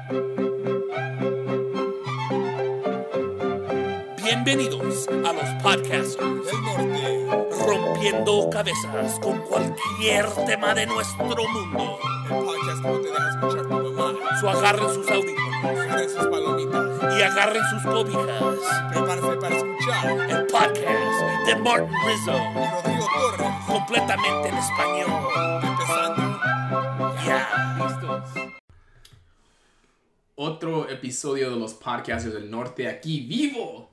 Bienvenidos a los podcasters del norte, rompiendo cabezas con cualquier tema de nuestro mundo. el podcast que no te deja escuchar tu mamá. Agarren sus audífonos Agarren sus palomitas, y agarren sus cobijas. prepárense para escuchar El podcast de Martin Rizzo, y Rodrigo Torres, completamente en español. empezando. Ya, listos. Otro episodio de los podcasters del norte aquí vivo.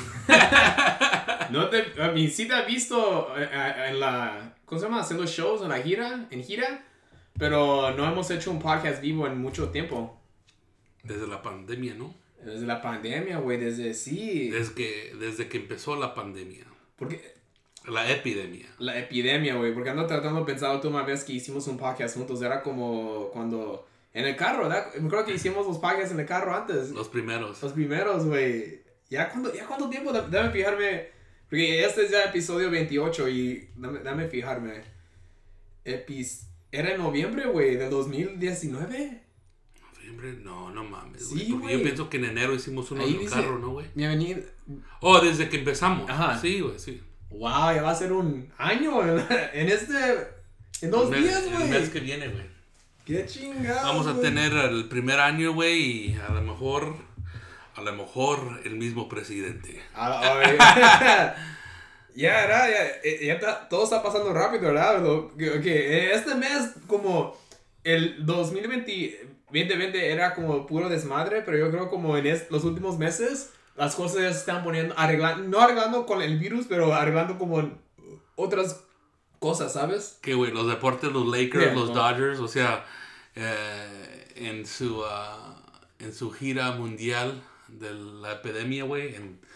A mí sí te he visto en la, ¿cómo se llama? Haciendo shows en gira, pero no hemos hecho un podcast vivo en mucho tiempo. Desde la pandemia, ¿no? Desde la pandemia, güey, Desde que empezó la pandemia. Porque La epidemia. la epidemia, güey, porque ando tratando de pensar la última vez que hicimos un podcast juntos, era como cuando, en el carro, ¿verdad? Me acuerdo que hicimos los podcasts en el carro antes. Los primeros. Los primeros, güey. ¿Ya cuánto tiempo? Dame fijarme. Porque este es ya episodio 28 y dame fijarme. ¿Era en noviembre, güey? ¿Del 2019? ¿Noviembre? No mames, Sí, güey. Porque güey. yo pienso que en enero hicimos uno Ahí en el dice- carro, ¿no, güey? Bienvenido. Oh, desde que empezamos. Ajá. Sí, güey, sí. Wow, ya va a ser un año en 2 días, El mes que güey. viene, güey. Qué chingado. Vamos a güey. tener el primer año, güey, y a lo mejor el mismo presidente. A ver. Todo está pasando rápido, ¿verdad? Este mes, como el 2020 era como puro desmadre, pero yo creo como en los últimos meses las cosas ya se están poniendo, no arreglando con el virus, pero arreglando como otras cosas, ¿sabes? Que, güey, los deportes, los Lakers, Yeah, los no. Dodgers, o sea, en su gira mundial de la epidemia, güey,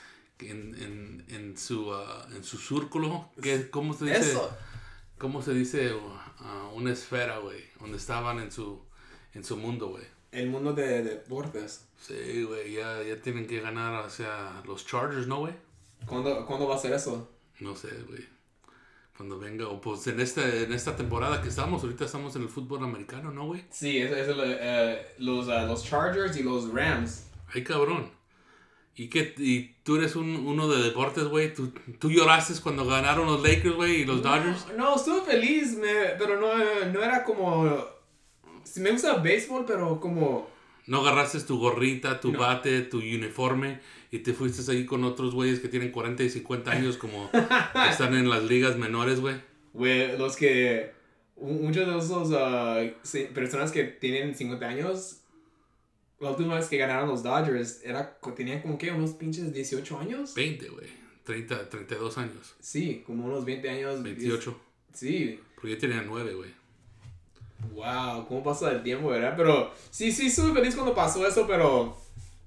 en su círculo, ¿cómo se dice? Eso. ¿Cómo se dice? Una esfera, güey, donde estaban en su mundo, güey. El mundo de deportes. Sí, güey, ya tienen que ganar hacia los Chargers, ¿no, güey? ¿Cuándo va a ser eso? No sé, güey. Cuando venga, o pues en esta temporada que ahorita estamos en el fútbol americano, ¿no, güey? Sí, los Chargers y los Rams. Ay, cabrón. ¿Y tú eres uno de deportes, güey? ¿Tú lloraste cuando ganaron los Lakers, güey, y los Dodgers? No, estuve feliz, pero no era como... Sí, me gusta el béisbol, pero como... ¿No agarraste tu gorrita, tu No. bate, tu uniforme y te fuiste ahí con otros güeyes que tienen 40 y 50 años como que están en las ligas menores, güey? Güey, los que... Muchos de esos personas que tienen 50 años... La última vez que ganaron los Dodgers tenían como que unos pinches 18 años. 20, güey. 30, 32 años. Sí, como unos 20 años. 28. Sí. Porque yo tenía 9, güey. Wow, cómo pasa el tiempo, ¿verdad? Pero sí, estuve feliz cuando pasó eso, pero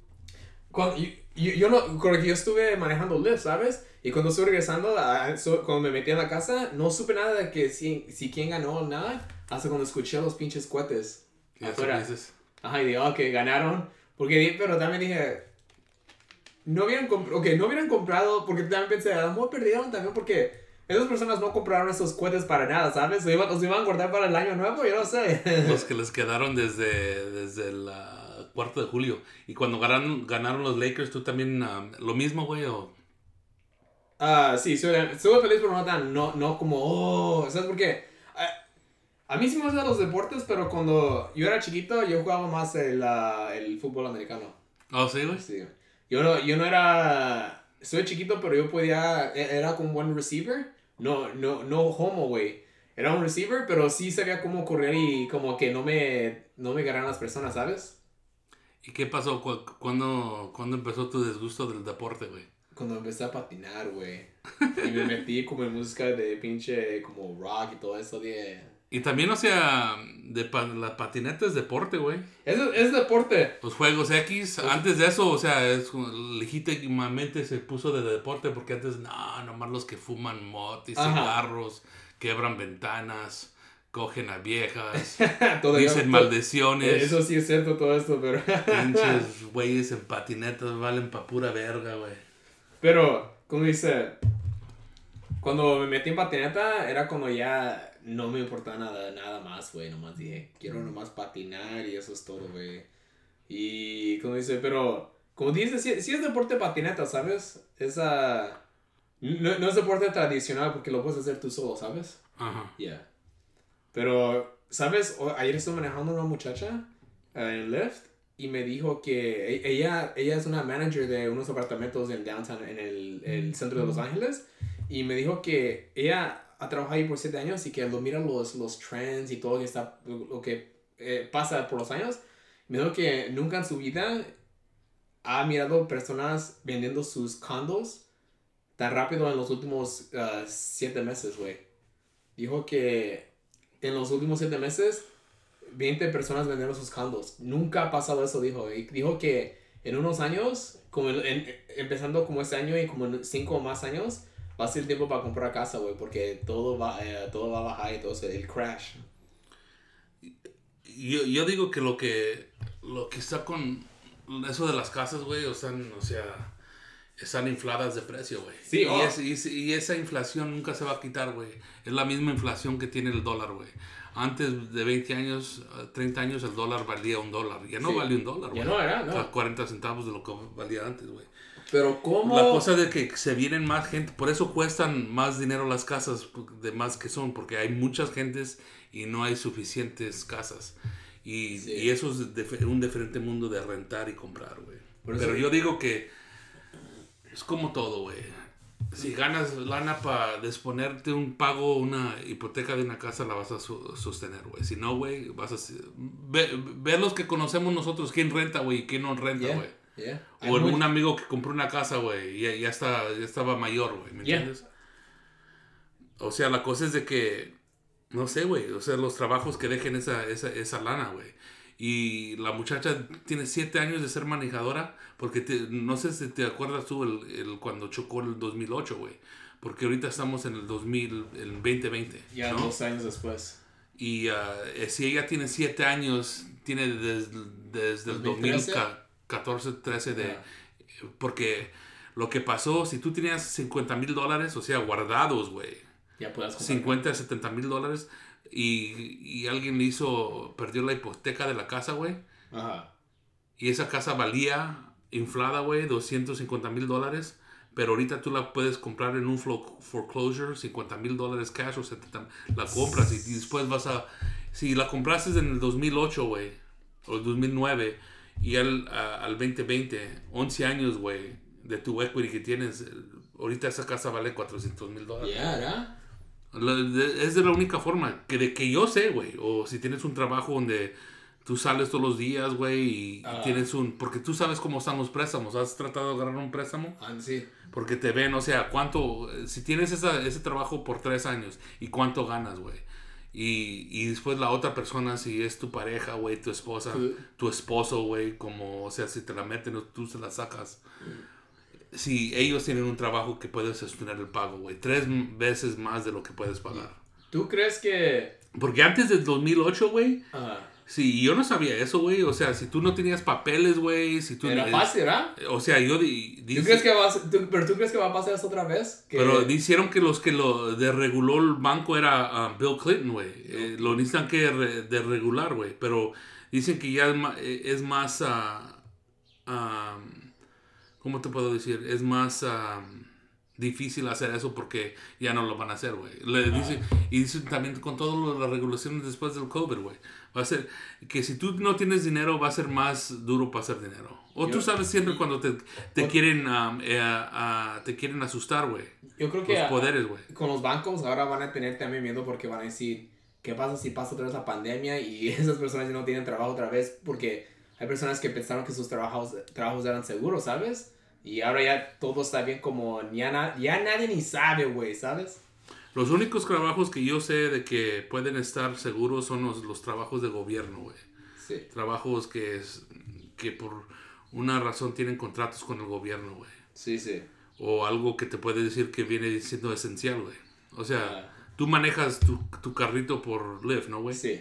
yo no, creo que yo estuve manejando Lyft, ¿sabes? Y cuando estuve regresando, cuando me metí en la casa, no supe nada de que si quién ganó o nada, hasta cuando escuché los pinches cohetes ¿Qué afuera. dices? Ajá, y digo, ok, ganaron, pero también dije, no hubieran comprado, porque también pensé, a lo mejor perdieron también porque... Esas personas no compraron esos cohetes para nada, ¿sabes? Los iban a guardar para el año nuevo, yo no sé. Los que les quedaron desde el 4 de julio. Y cuando ganaron los Lakers, ¿tú también lo mismo, güey? ¿O? Sí, estuve feliz, pero no como, ¿sabes por qué? A mí sí me gustan los deportes, pero cuando yo era chiquito, yo jugaba más el fútbol americano. Oh, sí, güey. Sí. Yo no era... Soy chiquito, pero yo era como un buen receiver. No homo, güey. Era un receiver, pero sí sabía cómo correr y como que no me agarraran las personas, ¿sabes? ¿Y qué pasó? ¿Cuándo empezó tu disgusto del deporte, güey? Cuando empecé a patinar, güey. Y me metí como en música de pinche como rock y todo eso de... Y también, o sea, la patineta es deporte, güey. Es deporte. Los Juegos X, antes de eso, o sea, legítimamente se puso de deporte porque antes, nomás los que fuman mot y Ajá. cigarros, quebran ventanas, cogen a viejas, Todavía- dicen maldiciones. Eso sí es cierto todo esto, pero... Pinches güeyes en patinetas valen pa' pura verga, güey. Pero, como dice... Cuando me metí en patineta, era como ya... No me importaba nada más, güey. Nomás dije, quiero nomás patinar y eso es todo, güey. Y, como dice, pero, como dice, sí es deporte patineta, ¿sabes? No es deporte tradicional porque lo puedes hacer tú solo, ¿sabes? Ajá. Yeah. Pero, ¿sabes? Ayer estuve manejando una muchacha en Lyft y me dijo que ella es una manager de unos apartamentos en downtown, en el centro de Los Ángeles. Y me dijo que ella ha trabajado ahí por 7 años y que lo mira los trends y todo lo que pasa por los años. Me dijo que nunca en su vida ha mirado personas vendiendo sus condos tan rápido en los últimos 7 meses, güey. Dijo que en los últimos 7 meses 20 personas vendieron sus condos. Nunca ha pasado eso, dijo. Y dijo que en unos años, empezando como este año y como en 5 o más años, va a ser tiempo para comprar casa, güey, porque todo va a bajar y todo eso, el crash. Yo digo que lo que está con eso de las casas, güey, están infladas de precio, güey. Sí, y esa inflación nunca se va a quitar, güey. Es la misma inflación que tiene el dólar, güey. Antes de 20 años, 30 años, el dólar valía $1. Ya no vale $1, güey. Ya no era, no. O sea, 40 centavos de lo que valía antes, güey. Pero ¿cómo? La cosa de que se vienen más gente, por eso cuestan más dinero las casas de más que son, porque hay muchas gentes y no hay suficientes casas. Y eso es un diferente mundo de rentar y comprar, güey. Pero yo digo que es como todo, güey. Si ganas lana para disponerte un pago, una hipoteca de una casa, la vas a sostener, güey. Si no, güey, vas a... Ver los que conocemos nosotros, quién renta, güey, y quién no renta, güey. Yeah. O un amigo que compró una casa, güey, y ya estaba mayor, güey, ¿me entiendes? O sea, la cosa es de que, no sé, güey, o sea, los trabajos que dejen esa lana, güey. Y la muchacha tiene 7 años de ser manejadora, porque no sé si te acuerdas tú cuando chocó en el 2008, güey. Porque ahorita estamos en el 2020. Ya, ¿no? 2 años después. Y si ella tiene 7 años, tiene desde el 2014, 13 porque lo que pasó, si tú tenías $50,000, o sea, guardados, güey. Ya puedes comprar. 50, $70,000 y alguien perdió la hipoteca de la casa, güey. Ajá. Y esa casa valía inflada, güey, $250,000. Pero ahorita tú la puedes comprar en un foreclosure, $50,000 cash o 70. La compras y después si la compraste en el 2008, güey, o el 2009, y al 2020, 11 años, güey, de tu equity que tienes, ahorita esa casa vale $400,000. Yeah. Es de la única forma de que yo sé, güey. O si tienes un trabajo donde tú sales todos los días, güey, y tienes porque tú sabes cómo están los préstamos. ¿Has tratado de agarrar un préstamo? Sí. Porque te ven, o sea, si tienes ese trabajo por 3 años y cuánto ganas, güey. Y después la otra persona, si es tu pareja, güey, tu esposa, tu esposo, güey, como, o sea, si te la meten o tú se la sacas. Si ellos tienen un trabajo que puede sostener el pago, güey, 3 veces más de lo que puedes pagar. ¿Tú crees que...? Porque antes del 2008, güey, sí, yo no sabía eso, güey. O sea, si tú no tenías papeles, güey, si tú... Era fácil, ¿verdad? O sea, ¿Tú crees que pero tú crees que va a pasar eso otra vez? Pero dijeron que los que lo desreguló el banco era Bill Clinton, güey. Lo necesitan que desregular, güey. Pero dicen que ya es más... ¿cómo te puedo decir? Es más difícil hacer eso porque ya no lo van a hacer, güey. Y dicen también con todas las regulaciones después del COVID, güey. Va a ser que si tú no tienes dinero, va a ser más duro para hacer dinero. O tú sabes siempre cuando te quieren asustar, güey. Yo creo que los poderes, güey. Con los bancos ahora van a tener también miedo porque van a decir, ¿qué pasa si pasa otra vez la pandemia y esas personas ya no tienen trabajo otra vez? Porque hay personas que pensaron que sus trabajos eran seguros, ¿sabes? Y ahora ya todo está bien como ya nadie ni sabe, güey, ¿sabes? Los únicos trabajos que yo sé de que pueden estar seguros son los trabajos de gobierno, güey. Sí. Trabajos que por una razón tienen contratos con el gobierno, güey. Sí. O algo que te puede decir que viene siendo esencial, güey. O sea, tú manejas tu carrito por Lyft, ¿no, güey? Sí.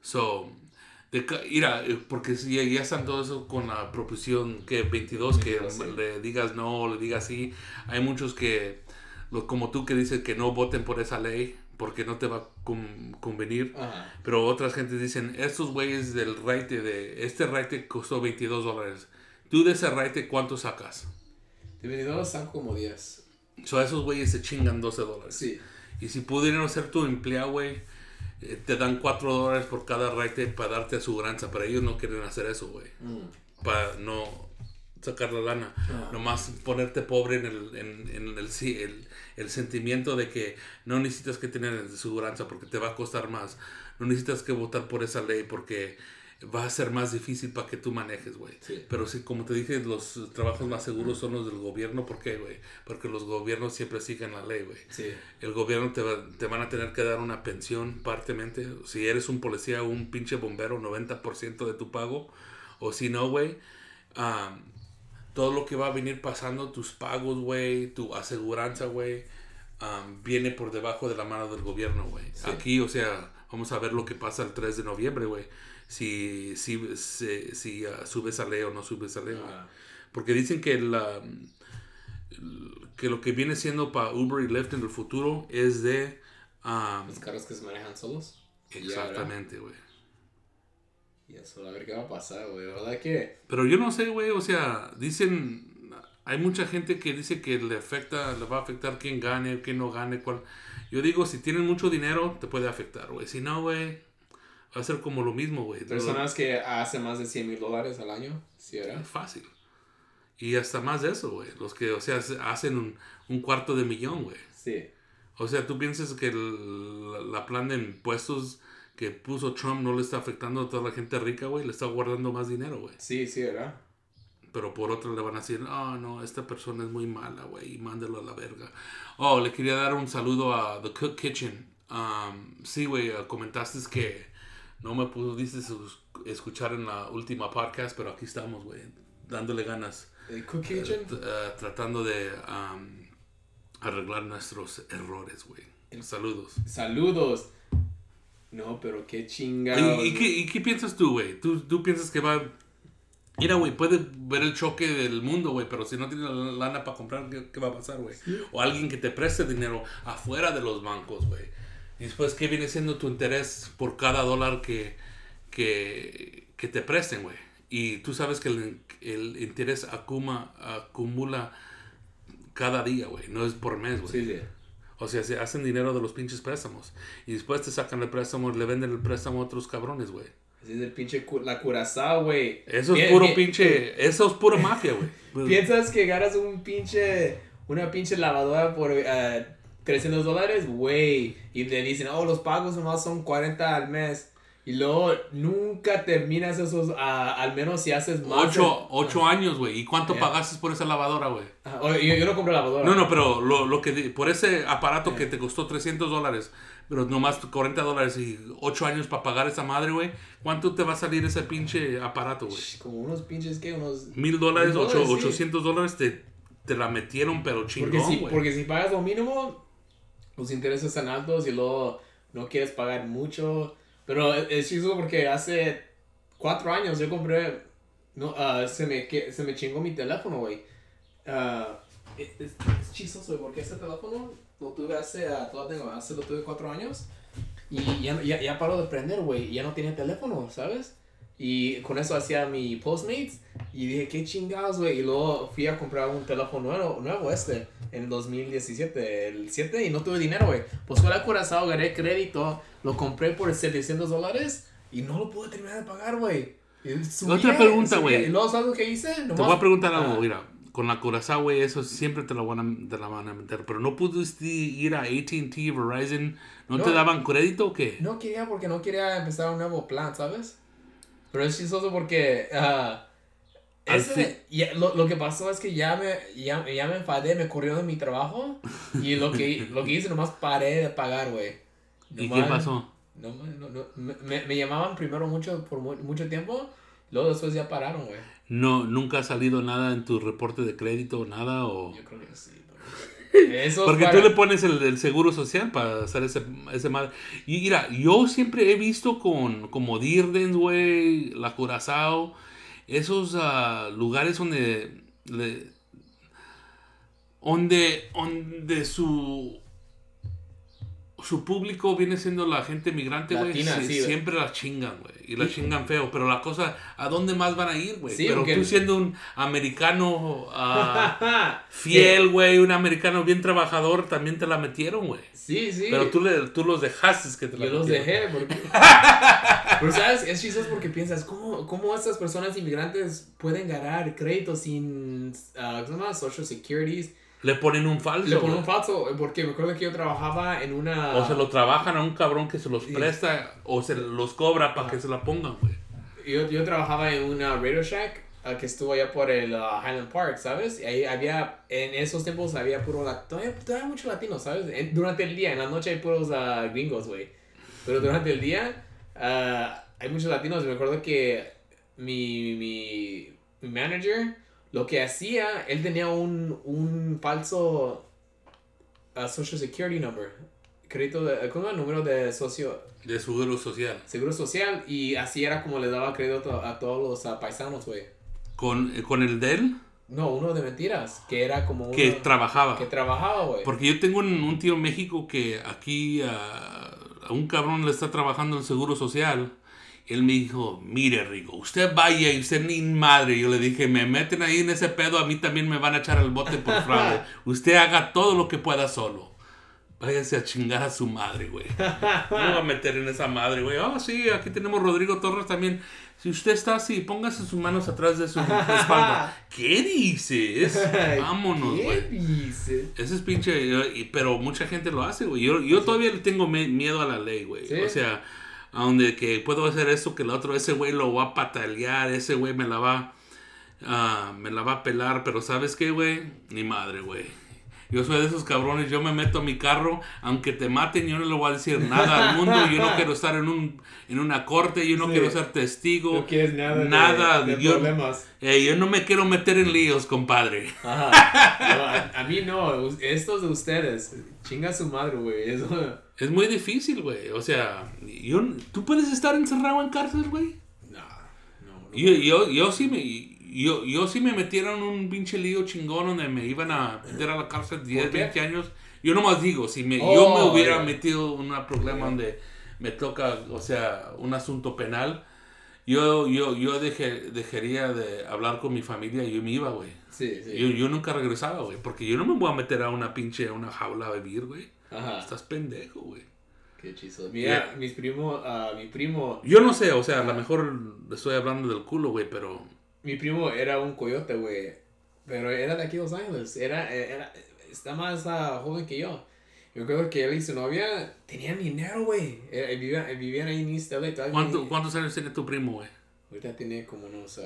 Mira, porque si ya están todo eso con la proposición que 22, que le digas no, le digas sí. Hay muchos que, como tú, que dicen que no voten por esa ley porque no te va a convenir. Ajá. Pero otras gentes dicen, estos güeyes del raite este raite costó $22. Tú de ese raite, ¿cuánto sacas? De 22 saco como 10. So, esos güeyes se chingan $12. Sí. Y si pudieran ser tu empleado, güey, te dan $4 por cada raite para darte aseguranza. Pero ellos no quieren hacer eso, güey. Para no sacar la lana. Nomás ponerte pobre en el sentimiento de que no necesitas que tener aseguranza porque te va a costar más. No necesitas que votar por esa ley porque va a ser más difícil para que tú manejes, güey. Sí. Pero sí, como te dije, los trabajos más seguros son los del gobierno. ¿Por qué, güey? Porque los gobiernos siempre siguen la ley, güey. Sí. El gobierno te van a tener que dar una pensión partemente. Si eres un policía o un pinche bombero, 90% de tu pago. O si no, güey, todo lo que va a venir pasando, tus pagos, güey, tu aseguranza, güey, viene por debajo de la mano del gobierno, güey. Sí. Aquí, o sea, vamos a ver lo que pasa el 3 de noviembre, güey. Si sube esa ley o no sube esa ley, güey. Porque dicen que que lo que viene siendo para Uber y Lyft en el futuro es de... los carros que se manejan solos. Exactamente, güey. Y eso, a ver qué va a pasar, güey. ¿Verdad que? Pero yo no sé, güey. O sea, dicen... Hay mucha gente que dice que le va a afectar quién gane, quién no gane, cuál. Yo digo, si tienen mucho dinero, te puede afectar, güey. Si no, güey, va a ser como lo mismo, güey. Personas que hacen más de $100,000 al año, ¿sí era? Fácil. Y hasta más de eso, güey. Los que, o sea, hacen un $250,000, güey. Sí. O sea, ¿tú piensas que la plan de impuestos que puso Trump no le está afectando a toda la gente rica, güey? Le está guardando más dinero, güey. Sí, ¿verdad? Pero por otro le van a decir, no, esta persona es muy mala, güey, y mándalo a la verga. Le quería dar un saludo a The Cook Kitchen. Sí, güey, comentaste que no me pudiste escuchar en la última podcast, pero aquí estamos, güey, dándole ganas. ¿The Cook Kitchen? Tratando de arreglar nuestros errores, güey. Saludos. Saludos. No, pero qué chingado. ¿Y qué piensas tú, güey? ¿Tú piensas que va... Mira, güey, puede ver el choque del mundo, güey, pero si no tienes la lana para comprar, ¿qué va a pasar, güey? Sí. O alguien que te preste dinero afuera de los bancos, güey. Y después, ¿qué viene siendo tu interés por cada dólar que te presten, güey? Y tú sabes que el interés acumula cada día, güey, no es por mes, güey. Sí. O sea, se hacen dinero de los pinches préstamos. Y después te sacan el préstamo, le venden el préstamo a otros cabrones, güey. Es el pinche la Curazao, güey. Eso es puro pinche... Eso es pura mafia, güey. ¿Piensas que ganas una pinche lavadora por $300? Güey. Y te dicen, los pagos nomás son $40 al mes. Y luego nunca terminas esos, al menos si haces más. 8 años, güey. ¿Y cuánto pagaste por esa lavadora, güey? Yo no compré lavadora. No, pero lo que por ese aparato que te costó $300, pero nomás $40 y 8 años para pagar esa madre, güey. ¿Cuánto te va a salir ese pinche aparato, güey? Como unos pinches, ¿qué? Unos $1,000, $800 te la metieron, pero chingón, güey. Porque si pagas lo mínimo, los intereses están altos y luego no quieres pagar mucho. Pero es chistoso porque hace 4 años yo compré... se me chingó mi teléfono, güey. Es chistoso porque ese teléfono lo tuve lo tuve 4 años. Y ya paró de prender, güey. Ya no tenía teléfono, ¿sabes? Y con eso hacía mi Postmates. Y dije, qué chingados, güey. Y luego fui a comprar un teléfono nuevo en 2017, el 7, y no tuve dinero, güey. Pues fue a Curazao, gané crédito, lo compré por $700 y no lo pude terminar de pagar, güey. Otra pregunta, güey. ¿Y luego sabes lo que hice? Te voy a preguntar algo, mira. Con la Curazao, güey, eso siempre te la van a meter. Pero no pudiste ir a AT&T, Verizon. ¿No te daban crédito o qué? No quería porque no quería empezar un nuevo plan, ¿sabes? Pero es chistoso porque... lo que pasó es que ya me enfadé, me corrió de mi trabajo y lo que hice nomás paré de pagar, güey. ¿Y qué pasó? Me llamaban primero por mucho tiempo, luego después ya pararon, güey. No, ¿nunca ha salido nada en tu reporte de crédito o nada? O... Yo creo que sí. Porque tú le pones el seguro social para hacer ese mal. Y mira, yo siempre he visto como Dirdens, güey, la Curazao, esos lugares donde su su público viene siendo la gente migrante, güey. Latina, sí, siempre la chingan, güey. Y la chingan feo. Pero la cosa, ¿a dónde más van a ir, güey? Sí, pero porque- tú siendo un americano fiel, güey, un americano bien trabajador, también te la metieron, güey. Sí, sí. Pero tú los dejaste que te la Yo los metieron. dejé porque... Pero, ¿sabes? Es chistoso porque piensas, ¿cómo estas personas inmigrantes pueden ganar crédito sin, ¿cómo se llama? Social Securities. Le ponen un falso. Le ponen güey. un falso, porque me acuerdo que yo trabajaba en una... O se lo trabajan a un cabrón que se los presta o se los cobra para que se la pongan, güey. Yo trabajaba en una Radio Shack que estuvo allá por el Highland Park, ¿sabes? Y ahí había, en esos tiempos había todavía mucho latino, ¿sabes? Durante el día, en la noche hay puros gringos, güey. Pero durante el día hay muchos latinos. Me acuerdo que mi manager, lo que hacía, él tenía un falso Social Security number. Crédito de, ¿cómo es el número de De seguro social. seguro social? Y así era como le daba crédito a todos los paisanos, güey. Con el de él, No, uno de mentiras, que era como uno que trabajaba. que trabajaba, güey. Porque yo tengo un tío en México que aquí a un cabrón le está trabajando el seguro social. Él me dijo, mire Rigo, usted vaya y usted ni madre. Yo le dije, me meten ahí en ese pedo, a mí también me van a echar al bote por fraude. Usted haga todo lo que pueda solo. Váyase a chingar a su madre, güey. No me voy a meter en esa madre, güey. Ah, sí, aquí tenemos Rodrigo Torres también. Si usted está así, póngase sus manos atrás de su espalda. ¿Qué dices? Vámonos, ¿Qué güey. dice? Ese es pinche... pero mucha gente lo hace, güey. Yo todavía le tengo miedo a la ley, güey. ¿Sí? O sea, a donde que puedo hacer eso, que el otro, ese güey lo va a patalear, ese güey me la va a pelar. Pero ¿sabes qué, güey? Ni madre, güey. Yo soy de esos cabrones, yo me meto a mi carro, aunque te maten, yo no le voy a decir nada al mundo, yo no quiero estar en una corte, yo no Sí. quiero ser testigo. No quieres nada de yo, problemas. yo no me quiero meter en líos, compadre. Ajá. No, a mí no, estos de ustedes. Chinga su madre, güey. Eso... Es muy difícil, güey. O sea, ¿tú puedes estar encerrado en cárcel, güey? No. Yo sí me metieron un pinche lío chingón donde me iban a meter a la cárcel 10, ¿Por qué? 20 años. Yo nomás digo, si yo me hubiera metido en un problema donde me toca, o sea, un asunto penal, yo dejaría de hablar con mi familia y yo me iba, güey. Sí, sí. Yo nunca regresaba, güey, porque yo no me voy a meter a una jaula a vivir, güey. Ajá. Estás pendejo, güey. Qué chistoso. Mira, mi primo... Yo no sé, o sea, a lo mejor le estoy hablando del culo, güey, pero... Mi primo era un coyote, güey. Pero era de aquí a Los Ángeles. Está más joven que yo. Yo creo que él y su novia tenían dinero, güey. Vivían ahí en East LA. ¿Cuántos años tiene tu primo, güey? Ahorita tiene como unos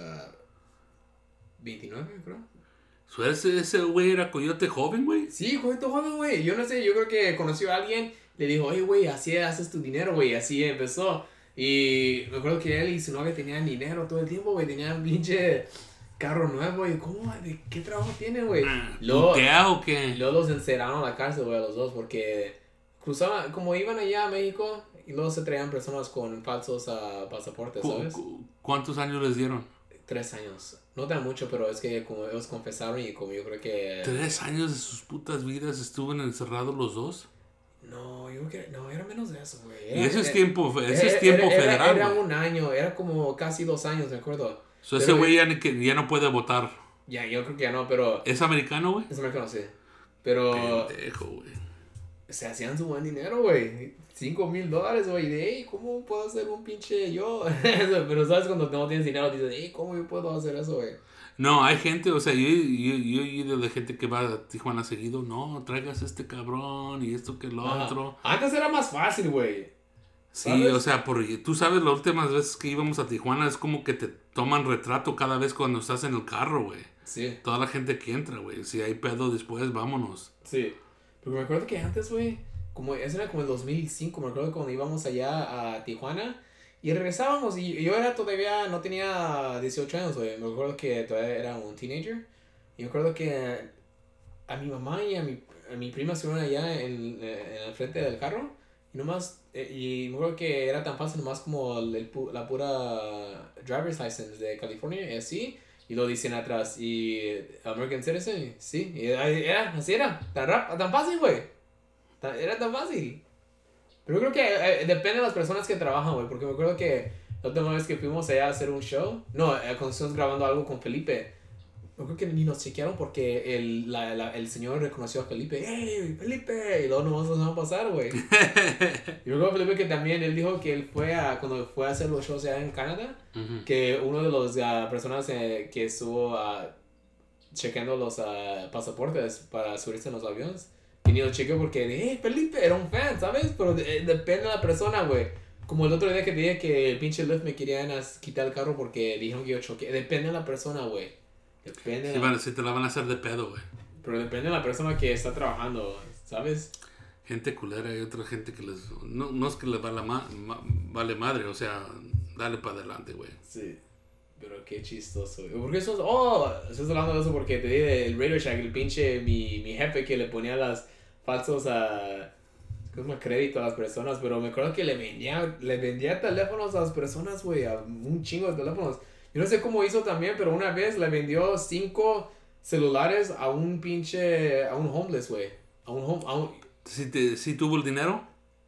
29, creo. Ese güey era coyote joven, güey. Sí, coyote joven, güey. Yo no sé, yo creo que conoció a alguien. Le dijo, oye, güey, así haces tu dinero, güey. Así empezó. Y me acuerdo que él y su novia tenían dinero todo el tiempo, güey. Tenían pinche carro nuevo, güey. ¿Cómo? ¿De qué trabajo tiene, güey? ¿Putea o qué? Luego los encerraron a la cárcel, güey, a los dos, porque cruzaban, como iban allá a México, y luego se traían personas con falsos pasaportes, ¿sabes? ¿Cuántos años les dieron? 3 años. No tan mucho, pero es que como ellos confesaron y como yo creo que... 3 años de sus putas vidas estuvieron encerrados los dos. No, yo creo que... No, era menos de eso, güey. Y eso es tiempo federal, Era güey. un año, era como casi 2 años, me acuerdo. So, ese güey ya no puede votar. Ya, yo creo que ya no, pero... ¿Es americano, güey? Es americano, sí. Pero... Pendejo, güey. Se hacían su buen dinero, güey. $5,000, güey. De, hey, ¿cómo puedo hacer un pinche yo? Pero sabes, cuando no tienes dinero, dices, hey, ¿cómo yo puedo hacer eso, güey? No, hay gente, o sea, yo he ido de gente que va a Tijuana seguido. No, traigas este cabrón y esto que lo otro. Antes era más fácil, güey. Sí, ¿Sabes? o sea, porque tú sabes, las últimas veces que íbamos a Tijuana es como que te toman retrato cada vez cuando estás en el carro, güey. Sí, Toda la gente que entra, güey. Si hay pedo después, vámonos. sí. Pero me acuerdo que antes, güey, eso era como el 2005, me acuerdo cuando íbamos allá a Tijuana y regresábamos y yo no tenía 18 años, güey. Me acuerdo que todavía era un teenager y me acuerdo que a mi mamá y a mi prima estuvieron allá en el frente del carro y nomás, y me acuerdo que era tan fácil nomás como la pura driver's license de California y así. Y lo dicen atrás, y American Citizen, sí, y así era, tan fácil, güey. Era tan fácil. Pero yo creo que depende de las personas que trabajan, güey. Porque me acuerdo que la última vez que fuimos allá a hacer un show, no, cuando estuvimos grabando algo con Felipe, yo creo que ni nos chequearon porque el señor reconoció a Felipe. ¡Hey, Felipe! Y luego nos vamos a pasar, güey. Yo creo que Felipe que también, él dijo que él cuando fue a hacer los shows allá en Canadá, que uno de las personas que estuvo chequeando los pasaportes para subirse en los aviones, que ni lo chequeó porque, hey, Felipe, era un fan, ¿sabes? Pero depende de la persona, güey. Como el otro día que te dije que el pinche Lyft me querían quitar el carro porque dijeron que yo choqué. Depende de la persona, güey. Depende si te la van a hacer de pedo, güey. Pero depende de la persona que está trabajando, ¿sabes? Gente culera y otra gente que les... No es que les vale madre, o sea, dale para adelante, güey. Sí. Pero qué chistoso, güey. ¿Por qué estás hablando de eso? Porque te dije el Radio Shack, el pinche, mi jefe que le ponía las falsos crédito a las personas, pero me acuerdo que le vendía teléfonos a las personas, güey, a un chingo de teléfonos. Yo no sé cómo hizo también, pero una vez le vendió 5 celulares a un homeless, güey. ¿Sí tuvo el dinero?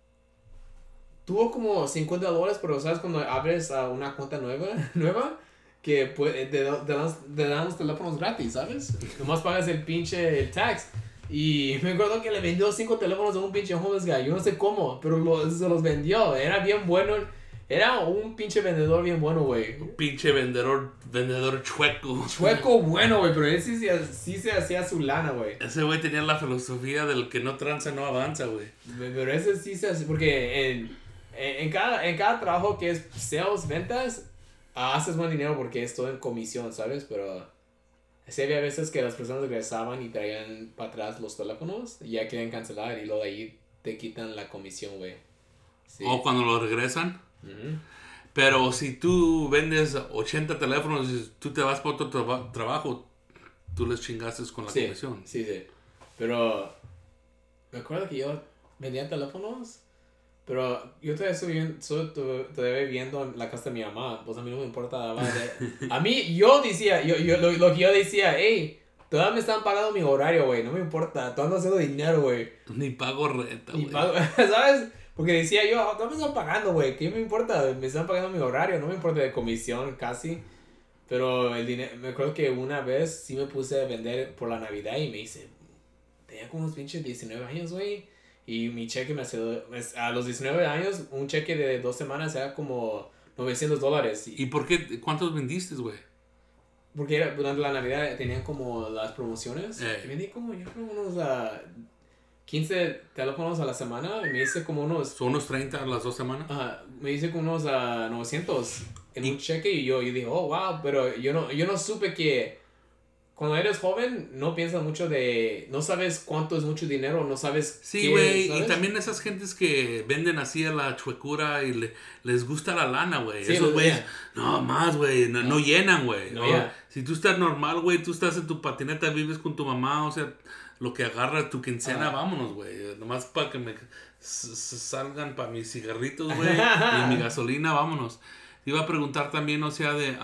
Tuvo como $50, pero ¿sabes? Cuando abres una cuenta nueva que te dan los teléfonos gratis, ¿sabes? Nomás pagas el tax. Y me acuerdo que le vendió 5 teléfonos a un pinche homeless guy. Yo no sé cómo, pero se los vendió. Era bien bueno. Era un pinche vendedor bien bueno, güey. Un pinche vendedor chueco. Chueco bueno, güey, pero él sí se hacía su lana, güey. Ese güey tenía la filosofía del que no tranza no avanza, güey. Pero ese sí se hace, porque en cada trabajo que es sales, ventas, haces buen dinero porque es todo en comisión, ¿sabes? Pero sí había veces que las personas regresaban y traían para atrás los teléfonos y ya querían cancelar y luego de ahí te quitan la comisión, güey. Sí. O cuando lo regresan. Pero si tú vendes 80 teléfonos y tú te vas por otro trabajo, tú les chingaste con la comisión. Sí. Pero me acuerdo que yo vendía teléfonos, pero yo todavía viviendo en la casa de mi mamá. Pues a mí no me importa. A mí, yo decía, lo que yo decía, hey, todavía me están pagando mi horario, güey. No me importa, todavía no haciendo dinero, güey. Ni pago renta, güey. ¿Sabes? Porque decía yo, todavía me están pagando, güey. ¿Qué me importa? Me están pagando mi horario. No me importa de comisión casi. Pero el dinero, me acuerdo que una vez sí me puse a vender por la Navidad y me hice, tenía como unos pinches 19 años, güey. Y mi cheque a los 19 años, un cheque de 2 semanas era como $900. ¿Y por qué? ¿Cuántos vendiste, güey? Porque durante la Navidad tenían como las promociones. Y vendí como, yo creo, unos 15 teléfonos a la semana. Y me hice como unos... ¿Son unos 30 a las 2 semanas? Ajá, me hice como unos 900 en un cheque. Y yo dije, oh, wow. Pero yo no supe que... Cuando eres joven, no piensas mucho no sabes cuánto es mucho dinero, no sabes. Sí, güey, y también esas gentes que venden así a la chuecura y les gusta la lana, güey. Sí, esos güeyes, no, más, güey, no llenan, güey. No, yeah. Si tú estás normal, güey, tú estás en tu patineta, vives con tu mamá, o sea, lo que agarra tu quincena, vámonos, güey. Nomás para que me salgan para mis cigarritos, güey, y mi gasolina, vámonos. Te iba a preguntar también, o sea, de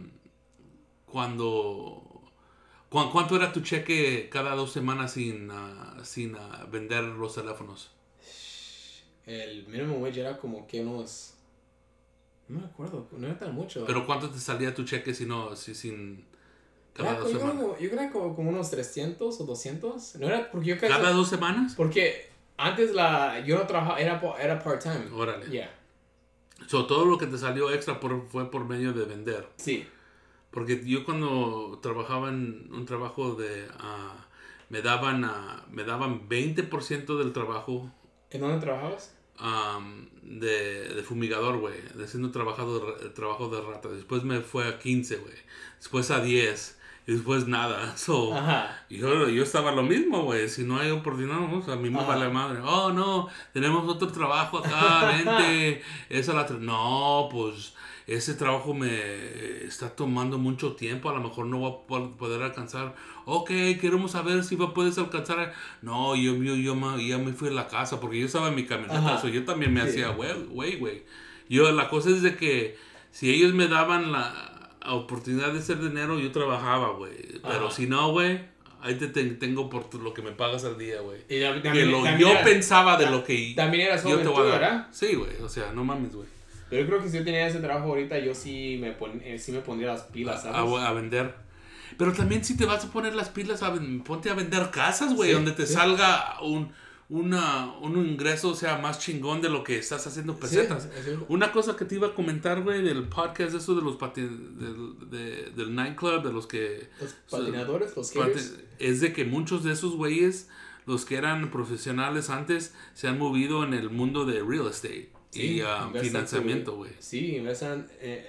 ¿Cuánto era tu cheque cada 2 semanas sin vender los teléfonos? El minimum wage era como que unos... No me acuerdo, no era tan mucho. ¿Pero cuánto te salía tu cheque sin cada 2 semanas? Yo creo como unos 300 o 200. No era porque yo ¿Cada 2 semanas? Porque antes yo no trabajaba, era part-time. Órale. Yeah. So, todo lo que te salió extra fue por medio de vender. Sí. Porque yo cuando trabajaba en un trabajo me daban 20% del trabajo. ¿En dónde trabajabas? De fumigador, güey. Haciendo trabajo de rata. Después me fue a 15, güey. Después a 10. Y después nada. So, yo estaba lo mismo, güey. Si no hay oportunidad, a mí me vale madre. Oh, no, tenemos otro trabajo acá, vente. No, pues... Ese trabajo me está tomando mucho tiempo. A lo mejor no voy a poder alcanzar. Ok, queremos saber si puedes alcanzar. No, yo ya me fui a la casa porque yo estaba en mi camioneta. So yo también me hacía, güey. La cosa es de que si ellos me daban la oportunidad de hacer dinero, yo trabajaba, güey. Pero si no, güey, ahí tengo por lo que me pagas al día, güey. Y Yo pensaba de lo que también eras yo joven te tú, voy a dar. ¿verdad? Sí, güey, o sea, no mames, güey. Pero yo creo que si yo tenía ese trabajo ahorita, yo sí me pondría las pilas, ¿sabes? A vender. Pero también si te vas a poner las pilas, ponte a vender casas, güey, Sí, donde te sí. salga un ingreso, o sea, más chingón de lo que estás haciendo pesetas. Sí, sí. Una cosa que te iba a comentar, güey, del podcast, eso de los del nightclub, de los que... Los patinadores, los skaters. Es de que muchos de esos güeyes, los que eran profesionales antes, se han movido en el mundo de real estate. Sí, Y financiamiento, güey. Sí, invierten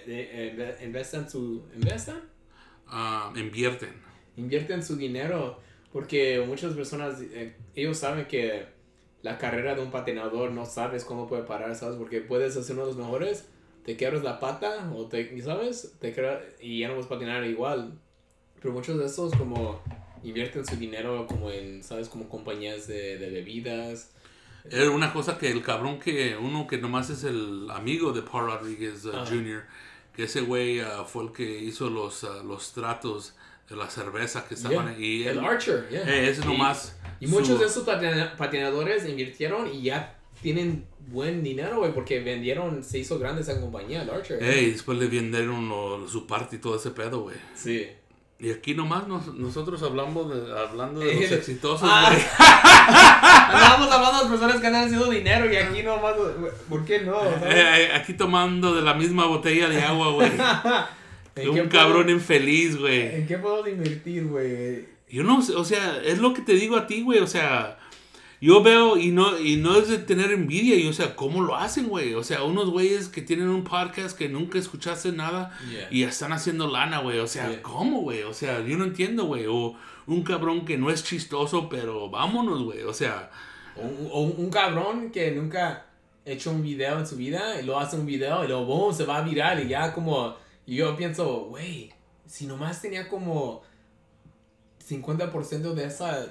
su dinero porque muchas personas, ellos saben que la carrera de un patinador no sabes cómo puede parar, ¿sabes? Porque puedes ser uno de los mejores, te quebras la pata o ¿sabes? Y ya no vas a patinar igual. Pero muchos de estos como invierten su dinero como en, ¿sabes? Como compañías de bebidas. Era una cosa que el cabrón uno que nomás es el amigo de Paul Rodriguez Jr., que ese güey fue el que hizo los tratos de la cerveza que estaban ahí. El Archer, ese nomás. Y muchos de esos patinadores invirtieron y ya tienen buen dinero, güey, porque se hizo grande esa compañía, el Archer. Y después le vendieron su parte y todo ese pedo, güey. Sí. Y aquí nomás nosotros hablando de los exitosos, güey. Estábamos hablando de las personas que han haciendo dinero y aquí nomás, ¿por qué no? Aquí tomando de la misma botella de agua, güey. Un cabrón infeliz, güey. ¿En qué puedo invertir, güey? Yo no sé, o sea, es lo que te digo a ti, güey, o sea... Yo veo, y no es de tener envidia, y o sea, ¿cómo lo hacen, güey? O sea, unos güeyes que tienen un podcast que nunca escuchaste nada y están haciendo lana, güey. O sea, ¿cómo, güey? O sea, yo no entiendo, güey. O un cabrón que no es chistoso, pero vámonos, güey. O sea... O un cabrón que nunca ha hecho un video en su vida, y luego hace un video y luego, boom, se va a virar y ya como... Y yo pienso, güey, si nomás tenía como 50% de esa...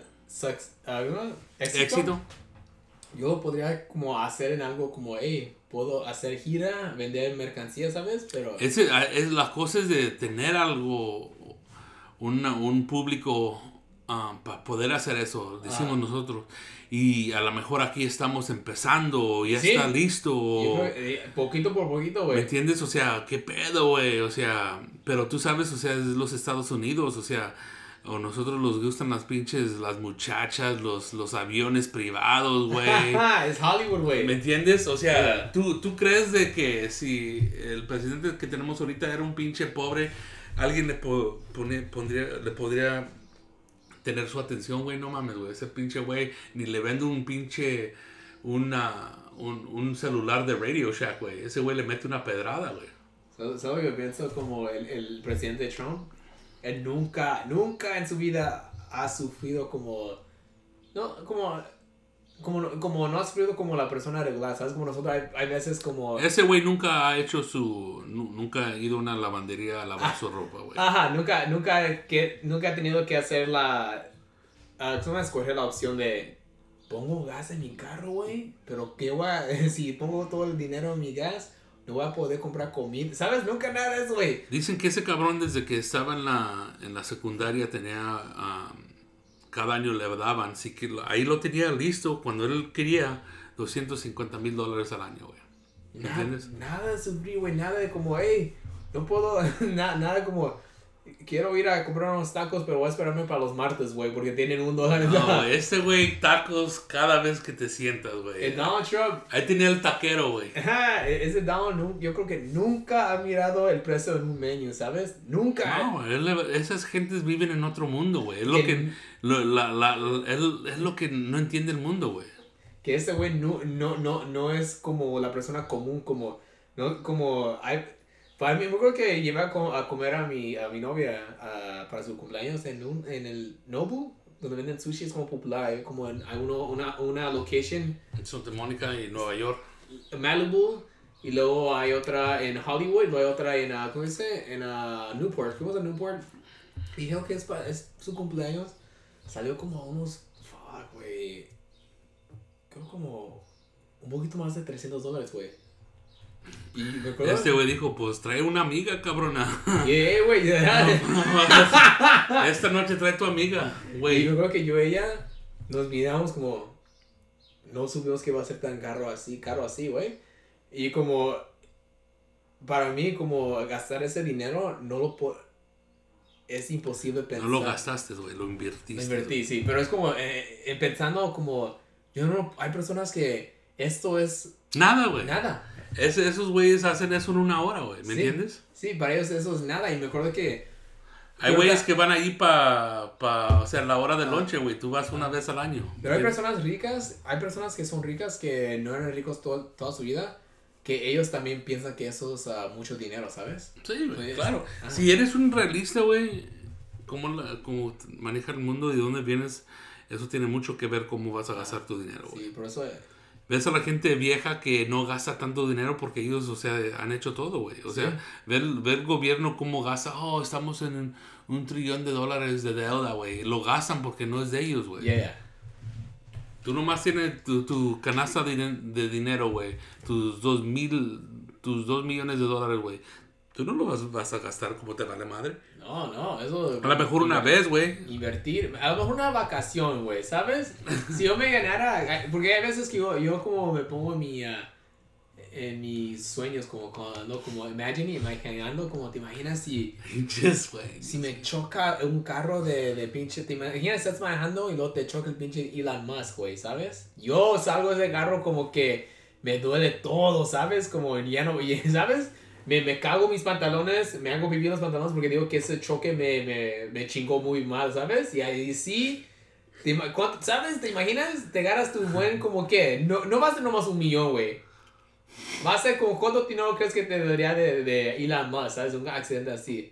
éxito, yo podría como hacer en algo como, puedo hacer gira, vender mercancía, ¿sabes? Pero es la cosa es de tener algo, un público para poder hacer eso, decimos nosotros. Y a lo mejor aquí estamos empezando, ya está listo. Yo creo, poquito por poquito, güey. ¿Me entiendes? O sea, ¿qué pedo, güey? O sea, pero tú sabes, o sea, es los Estados Unidos, o sea... O nosotros nos gustan las muchachas, los aviones privados, güey. Es Hollywood, güey. ¿Me entiendes? O sea, ¿tú crees de que si el presidente que tenemos ahorita era un pinche pobre, alguien le podría tener su atención, güey? No mames, güey. Ese pinche güey ni le vende un pinche un celular de Radio Shack, güey. Ese güey le mete una pedrada, güey. ¿Sabes lo que pienso? Como el presidente Trump. Él nunca en su vida ha sufrido como no ha sufrido como la persona regular, ¿sabes? Como nosotros hay veces como... Ese güey nunca ha hecho nunca ha ido a una lavandería a lavar su ropa, güey. Ajá, nunca ha tenido que hacer escoger la opción de pongo gas en mi carro, güey, pero ¿qué voy si pongo todo el dinero en mi gas? No voy a poder comprar comida. ¿Sabes? Nunca nada de eso, güey. Dicen que ese cabrón desde que estaba en la secundaria tenía... cada año le daban. Así que ahí lo tenía listo cuando él quería $250,000 al año, güey. ¿Me entiendes? Nada de sufrir, güey. Nada de como, no puedo... nada como... Quiero ir a comprar unos tacos, pero voy a esperarme para los martes, güey, porque tienen $1. No, este güey, tacos cada vez que te sientas, güey. El Donald Trump. Ahí tenía el taquero, güey. Ese Donald, yo creo que nunca ha mirado el precio en un menú, ¿sabes? Nunca. No, esas gentes viven en otro mundo, güey. Es lo que... es lo que no entiende el mundo, güey. Que ese güey no es como la persona común, como... No, como... Para mí, yo creo que llevé a comer a mi novia para su cumpleaños en el Nobu, donde venden sushi, es como popular. Hay como hay una location. En Santa Mónica y Nueva York. Malibu, y luego hay otra en Hollywood, luego hay otra en, ¿cómo dice? En Newport. Fuimos a Newport y dijeron que es su cumpleaños. Salió como a unos, güey, creo como un poquito más de $300, güey. Y me acuerdo. Este güey dijo, pues trae una amiga, cabrona. Güey. Esta noche trae tu amiga, Y güey. yo creo que yo y ella nos miramos como. No supimos que iba a ser tan caro así, güey. Y como. Para mí, como gastar ese dinero, no lo puedo. Es imposible pensar. No lo gastaste, güey, lo invertiste. Lo invertí, sí. Pero es como. Pensando como. Yo no. Hay personas que. Esto es. Nada, güey. Nada. Esos güeyes hacen eso en una hora, güey. ¿Me entiendes? Sí, para ellos eso es nada. Y me acuerdo que. Hay güeyes que van ahí o sea, la hora del lonche, güey. Tú vas una vez al año. Pero hay personas ricas, hay personas que son ricas que no eran ricos toda su vida, que ellos también piensan que eso es mucho dinero, ¿sabes? Sí, güey, Pues, claro. ajá. Si eres un realista, güey, cómo maneja el mundo y de dónde vienes, eso tiene mucho que ver cómo vas a gastar tu dinero, güey. Sí, por eso. Ves a la gente vieja que no gasta tanto dinero porque ellos, o sea, han hecho todo, güey. O sea, ver el gobierno cómo gasta. Oh, estamos en $1 trillón de deuda, güey. Lo gastan porque no es de ellos, güey. Yeah. Tú nomás tienes tu canasta de dinero, güey. Tus 2 millones de dólares, güey. Tú no lo vas a gastar como te vale madre. No, eso. A lo mejor una vez, güey. Invertir, a lo mejor una vacación, güey, ¿sabes? Si yo me ganara, porque hay veces que yo como me pongo en mis sueños, como cuando ando como imaginando, como te imaginas si me choca un carro de pinche, te imaginas estás manejando y luego te choca el pinche Elon Musk, güey, ¿sabes? Yo salgo de ese carro como que me duele todo, ¿sabes? Como ya no, ¿sabes? Me cago mis pantalones, me hago vivir los pantalones porque digo que ese choque me chingó muy mal, ¿sabes? Y ahí sí, ¿sabes? ¿Te imaginas? Te ganas tu buen como que, no va a ser nomás $1 millón, güey. Va a ser como cuánto dinero crees que te daría de Elon Musk, ¿sabes? Un accidente así.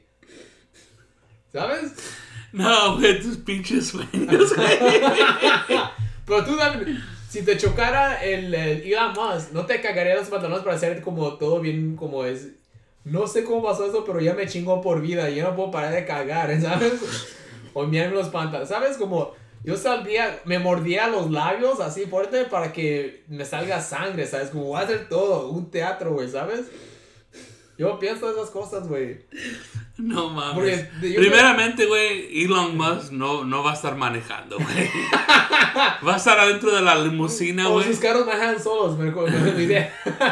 ¿Sabes? No, güey, tus pinches sueños, güey. Pero tú también, si te chocara el Elon Musk, ¿no te cagarías los pantalones para hacer como todo bien como es? No sé cómo pasó eso, pero ya me chingó por vida. Yo no puedo parar de cagar, ¿sabes? O mirarme los pantalones, ¿sabes? Como yo me mordía los labios así fuerte para que me salga sangre, ¿sabes? Como voy a hacer todo, un teatro, güey, ¿sabes? Yo pienso esas cosas, güey. No mames. Porque Primeramente, güey, Elon Musk no va a estar manejando, güey. Va a estar adentro de la limusina, o güey. sus carros manejan solos, me olvidé.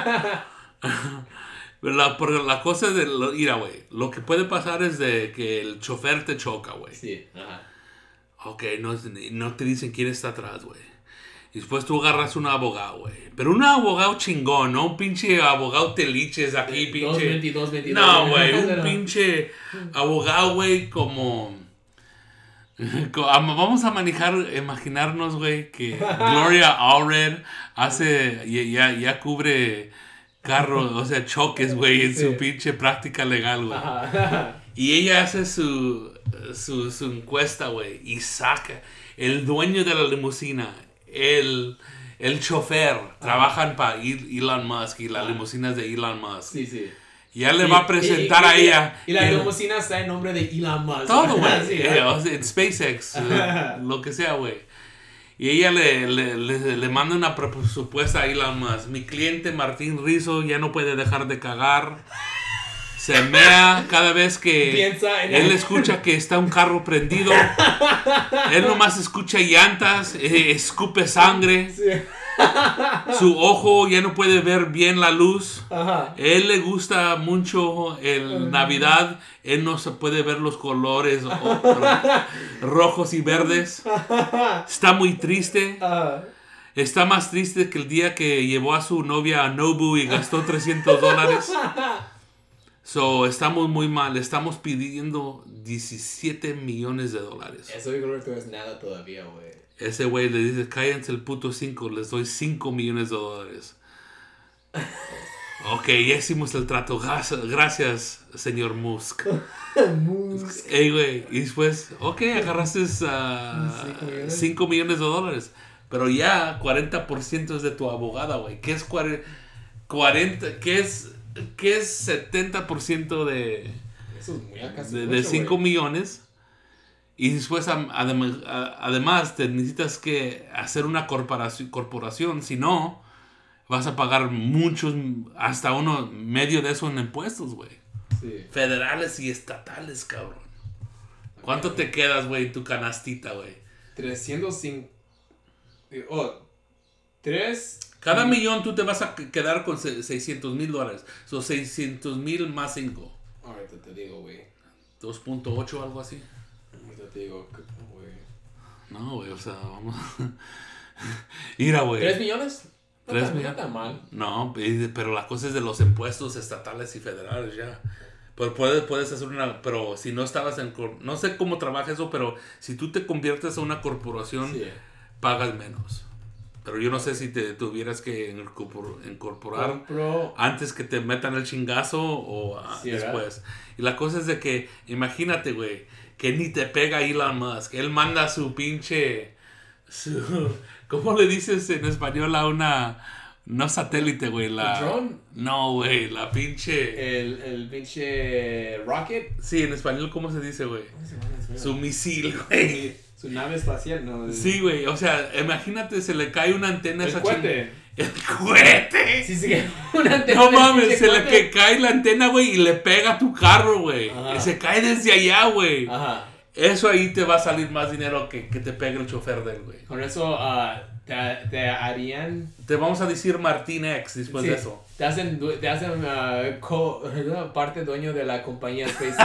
Porque la cosa es mira, güey, lo que puede pasar es de que el chofer te choca, güey. Sí, ajá. Ok, no te dicen quién está atrás, güey. Y después tú agarras un abogado, güey. Pero un abogado chingón, no un pinche abogado teliches aquí, pinche. 222. No, güey, un pinche abogado, güey, como... Vamos a imaginarnos, güey, que Gloria Allred ya cubre carros, o sea, choques, güey, en su pinche práctica legal, güey. Y ella hace su encuesta, güey, y saca el dueño de la limusina, el chofer, trabajan para Elon Musk y las limusinas de Elon Musk. Sí. Ya le va a presentar a ella. Y la limusina está en nombre de Elon Musk. Todo, güey. Sí, O sea, en SpaceX, lo que sea, güey. Y ella le manda una propuesta a Elon Musk. Mi cliente Martín Rizzo ya no puede dejar de cagar. Se mea cada vez que él escucha que está un carro prendido. Él nomás escucha llantas, escupe sangre. Sí. Su ojo ya no puede ver bien la luz. Ajá. Él le gusta mucho el Navidad. Él no se puede ver los colores rojos y verdes. Está muy triste. Está más triste que el día que llevó a su novia a Nobu y gastó $300. So, estamos muy mal. Estamos pidiendo $17 millones. Eso yo creo que no es nada todavía, güey. Ese güey le dice, cállense el puto 5, les doy $5 millones. Ok, ya hicimos el trato. Gracias, señor Musk. Musk. Ey, güey. Y después, ok, agarraste $5 millones. Pero ya 40% es de tu abogada, güey. ¿Qué es 40? ¿Qué es 70% de Eso es muy casi de mucho, 5 güey. millones? Y después, además, te necesitas que hacer una corporación. Si no, vas a pagar muchos, hasta uno medio de eso en impuestos, güey. Sí. Federales y estatales, cabrón. ¿Cuánto te quedas, güey, en tu canastita, güey? 305. Oh, 3. Cada millón tú te vas a quedar con $600,000. Son 600,000 más 5. Ahorita te digo, güey. 2.8 algo así. Ahorita te digo, güey. No, güey, o sea, vamos. Mira, güey. ¿3 millones? No 3 tan- millones. No tan mal. No, pero la cosa es de los impuestos estatales y federales ya. Pero puedes hacer una. Pero si no estabas en. No sé cómo trabaja eso, pero si tú te conviertes en una corporación, Sí. pagas menos. Pero yo no sé si te tuvieras que incorporar Compro. antes que te metan el chingazo o Sí, después. Y la cosa es de que, imagínate, güey, que ni te pega Elon Musk. Él manda su pinche. ¿Cómo le dices en español a una. No satélite, güey? ¿El drone? No, güey, la pinche. El pinche Rocket. Sí, en español, ¿cómo se dice, güey? ¿Cómo se llama en español? Su misil, güey. Su nave espacial, ¿no? Sí, güey, o sea, imagínate, se le cae una antena a El esa cohete. ¡El cohete! Sí, sí, una antena No del mames, pinche se le cohete. cae la antena, güey, y le pega a tu carro, güey. Ajá. Y se cae desde allá, güey. Ajá. Eso ahí te va a salir más dinero que te pegue el chofer de él, güey. Con eso te harían. Te vamos a decir Martín X después Sí, de eso. Te hacen parte dueño de la compañía SpaceX.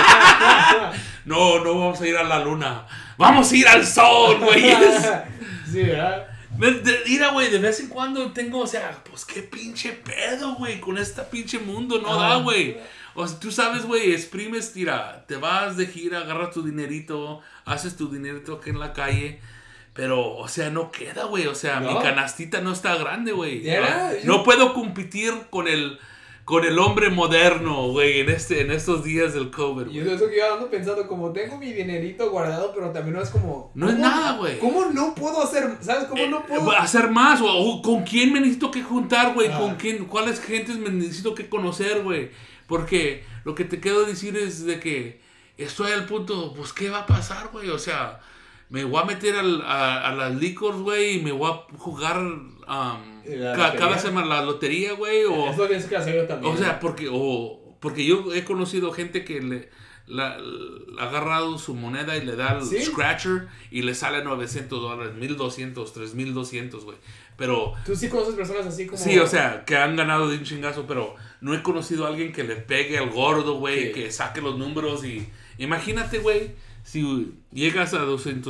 No vamos a ir a la luna. ¡Vamos a ir al sol, güey! Sí, ¿verdad? Mira, güey, de vez en cuando tengo, o sea, pues qué pinche pedo, güey, con este pinche mundo, no da, güey. O sea, tú sabes, güey, exprimes, tira, te vas de gira, agarras tu dinerito, haces tu dinerito aquí en la calle, pero, o sea, no queda, güey, o sea, ¿No? mi canastita no está grande, güey. ¿Era? No puedo competir con el hombre moderno, güey, en estos días del COVID, Y güey. eso que yo ando pensando, como tengo mi dinerito guardado, pero también no es como. No es ¿cómo- nada, güey. ¿Cómo no puedo hacer? ¿Sabes cómo no puedo? Hacer más, o con quién me necesito que juntar, güey, Ah. con quién, cuáles gentes me necesito que conocer, güey, porque lo que te quiero decir es de que estoy al punto, pues, ¿qué va a pasar, güey? O sea, me voy a meter a las licors, güey, y me voy a jugar ¿La cada lotería? semana la lotería, güey, o... Es lo que pienso que hacer yo también. O sea, porque yo he conocido gente que le ha agarrado su moneda y le da el ¿Sí? scratcher y le sale $900, $1,200, $3,200, güey. Pero Tú sí conoces personas así como. sí, o sea, que han ganado de un chingazo, pero no he conocido a alguien que le pegue al gordo, güey, Sí. que saque los números y imagínate, güey, si llegas a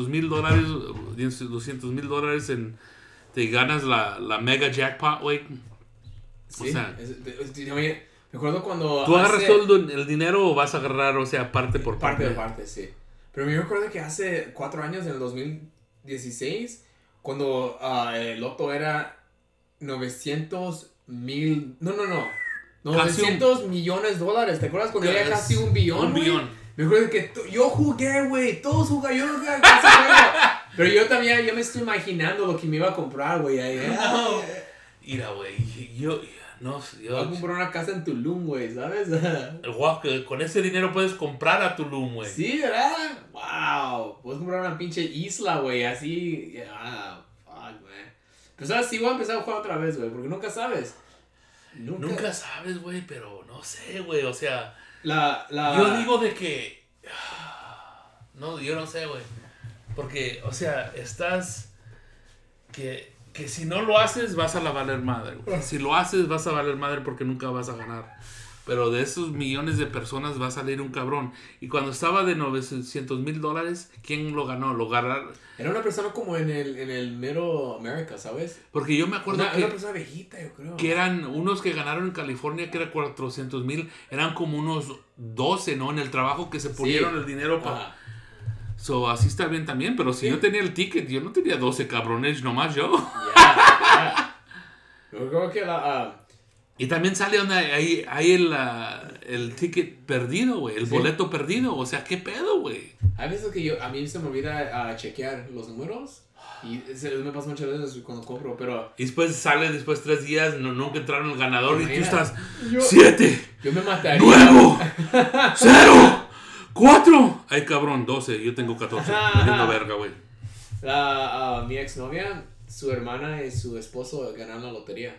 $200,000 en te ganas la mega jackpot, güey. Sí. o sea, Me acuerdo cuando. ¿Tú agarras hace- todo el dinero o vas a agarrar, o sea, parte por parte? Parte de parte, sí. Pero me acuerdo que hace 4 años, en el 2016, cuando el loto era 900,000. No. Casi 900 millones de dólares. ¿Te acuerdas cuando era casi un billón? Un güey? billón. Me acuerdo que yo jugué, güey. Todos jugaron. Yo no jugué ese juego. Pero yo también, yo me estoy imaginando lo que me iba a comprar, güey. Mira, güey, yo Voy a comprar una casa en Tulum, güey, ¿sabes? guau, que con ese dinero puedes comprar a Tulum, güey. Sí, ¿verdad? Wow. Puedes comprar una pinche isla, güey, así. Fuck, güey. Pero sabes, sí voy a empezar a jugar otra vez, güey, porque nunca sabes. Nunca sabes, güey, pero no sé, güey, o sea, La... yo digo de que no, yo no sé, güey. Porque, o sea, estás que si no lo haces vas a la valer madre, güey. Si lo haces vas a valer madre porque nunca vas a ganar. Pero de esos millones de personas va a salir un cabrón. Y cuando estaba de $900,000, ¿quién lo ganó? Lo ganaron. Era una persona como en el mero América, ¿sabes? Porque yo me acuerdo Una persona viejita, yo creo. que eran unos que ganaron en California, que era 400,000, eran como unos 12, ¿no? En el trabajo que se pusieron el dinero para... Ajá. So, así está bien también, pero si Sí. yo tenía el ticket, yo no tenía 12 cabrones, nomás yo. Ya. Yo creo que Y también sale donde hay el ticket perdido, güey, el Sí. boleto perdido, o sea, ¿qué pedo, güey? hay veces que a mí se me olvida chequear los números. Y me pasa muchas veces cuando compro, pero... Y después sale, después 3 días, nunca entraron el ganador y tú Mira, estás yo- 7, Yo me mataría. 9, 0, 4. Ay, cabrón, 12, yo tengo 14. Valiendo verga, güey. Mi exnovia, su hermana y su esposo ganaron la lotería.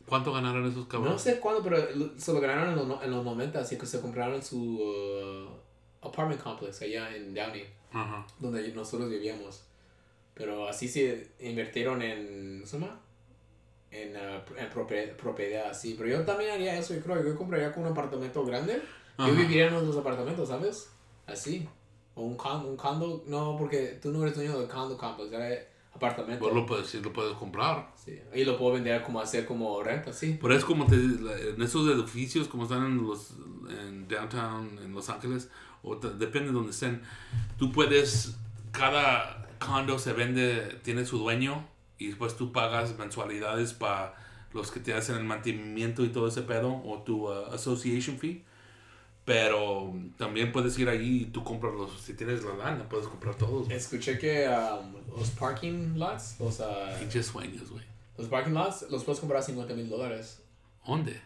¿Cuánto ganaron esos cabrones? No sé cuándo, pero se lo ganaron en los 90, así que se compraron su apartment complex allá en Downey, Ajá. donde nosotros vivíamos. Pero así se invirtieron en, ¿cómo se llama? En propiedad, así. Pero yo también haría eso, yo creo que yo compraría con un apartamento grande. Ajá. Yo viviría en los apartamentos, ¿sabes? Así. O un condo, no, porque tú no eres dueño del condo complex, era apartamento. Vos lo puedes comprar. Sí. Y lo puedo vender como hacer como renta, sí. Pero es como en esos edificios, como están en downtown, en Los Ángeles, o depende de donde estén, tú puedes, cada condo se vende, tiene su dueño, y después tú pagas mensualidades para los que te hacen el mantenimiento y todo ese pedo, o tu association fee. Pero también puedes ir ahí y tú compras si tienes la lana, puedes comprar todos. Escuché que los parking lots, Pinches sueños, güey. los parking lots los puedes comprar a $50,000 ¿Dónde?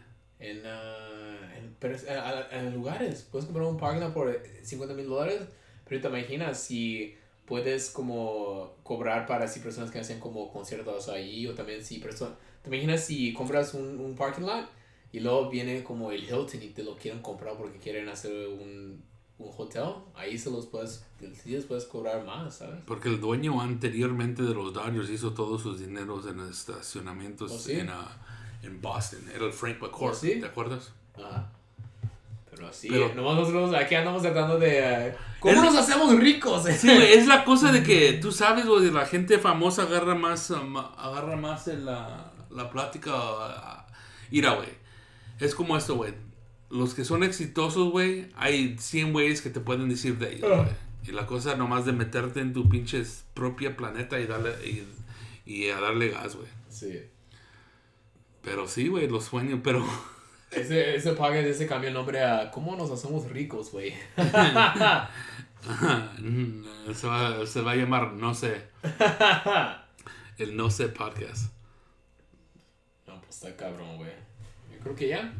en lugares. Puedes comprar un parking lot por $50,000, pero te imaginas si puedes como cobrar para si personas que hacen como conciertos ahí, o también si personas... ¿Te imaginas si compras un parking lot y luego viene como el Hilton y te lo quieren comprar porque quieren hacer un hotel? Ahí sí les puedes cobrar más, ¿sabes? Porque el dueño anteriormente de los Dodgers hizo todos sus dineros en estacionamientos ¿Oh, sí? en Boston. Era el Frank McCourt, ¿Oh, sí? ¿te acuerdas? Ajá. Pero así, Pero- nomás nosotros aquí andamos tratando de... ¿Cómo nos hacemos ricos? Sí, güey, es la cosa de que tú sabes, güey, la gente famosa agarra más en la plática. Mira, güey, es como esto, güey. Los que son exitosos, güey, hay 100 güeyes que te pueden decir de ellos, güey. Y la cosa nomás de meterte en tu pinche propia planeta y a darle gas, güey. Sí. Pero sí, güey, los sueños, pero... Ese podcast, ese cambió el nombre a ¿Cómo nos hacemos ricos, güey? se va a llamar No sé. El No sé Podcast. No, pues está cabrón, güey. Yo creo que ya.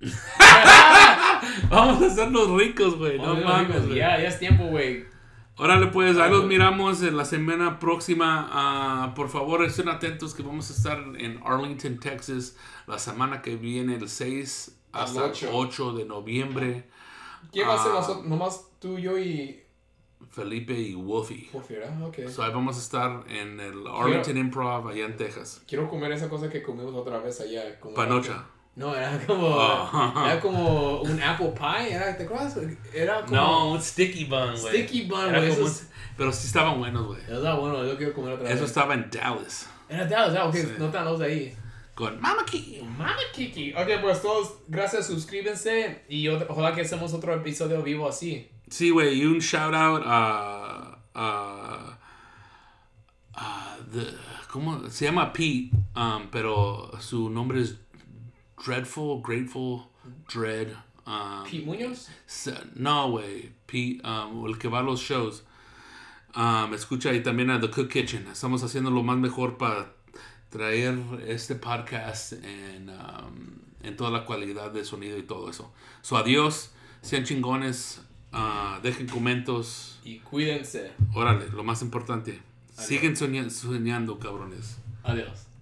Vamos a hacernos ricos, güey. No Vamos, mames, amigos, güey. ya es tiempo, güey. Órale, pues, ahí los miramos en la semana próxima. Por favor, estén atentos que vamos a estar en Arlington, Texas, la semana que viene, el 6 hasta el 8 de noviembre. ¿Quién va a ser nosotros? Nomás tú, yo y... Felipe y Wolfie. Porfirio, ok. So, ahí vamos a estar en el Arlington Improv, allá en Texas. Quiero comer esa cosa que comimos otra vez allá. Como Panocha. No, era como un apple pie, ¿te acuerdas? Era como... No, un sticky bun, güey. Sticky bun, Era güey. como Eso pero sí estaban buenos, güey. está bueno, yo quiero comer otra vez. Eso estaba en Dallas. Era Dallas, ok, Sí. no están los de ahí. Con Mama Kiki. Mama Kiki. Ok, pues todos, gracias, suscríbanse y ojalá que hacemos otro episodio vivo así. Sí, güey, y un shout out ¿cómo? Se llama Pete, pero su nombre es Grateful, Dread. Pete Muñoz. No, güey, Pete, el que va a los shows. Escucha ahí también a The Cook Kitchen. Estamos haciendo lo más mejor para traer este podcast en toda la cualidad de sonido y todo eso. So, adiós, sean chingones, dejen comentarios. Y cuídense. Órale, lo más importante. Adiós. Siguen soñando, cabrones. Adiós.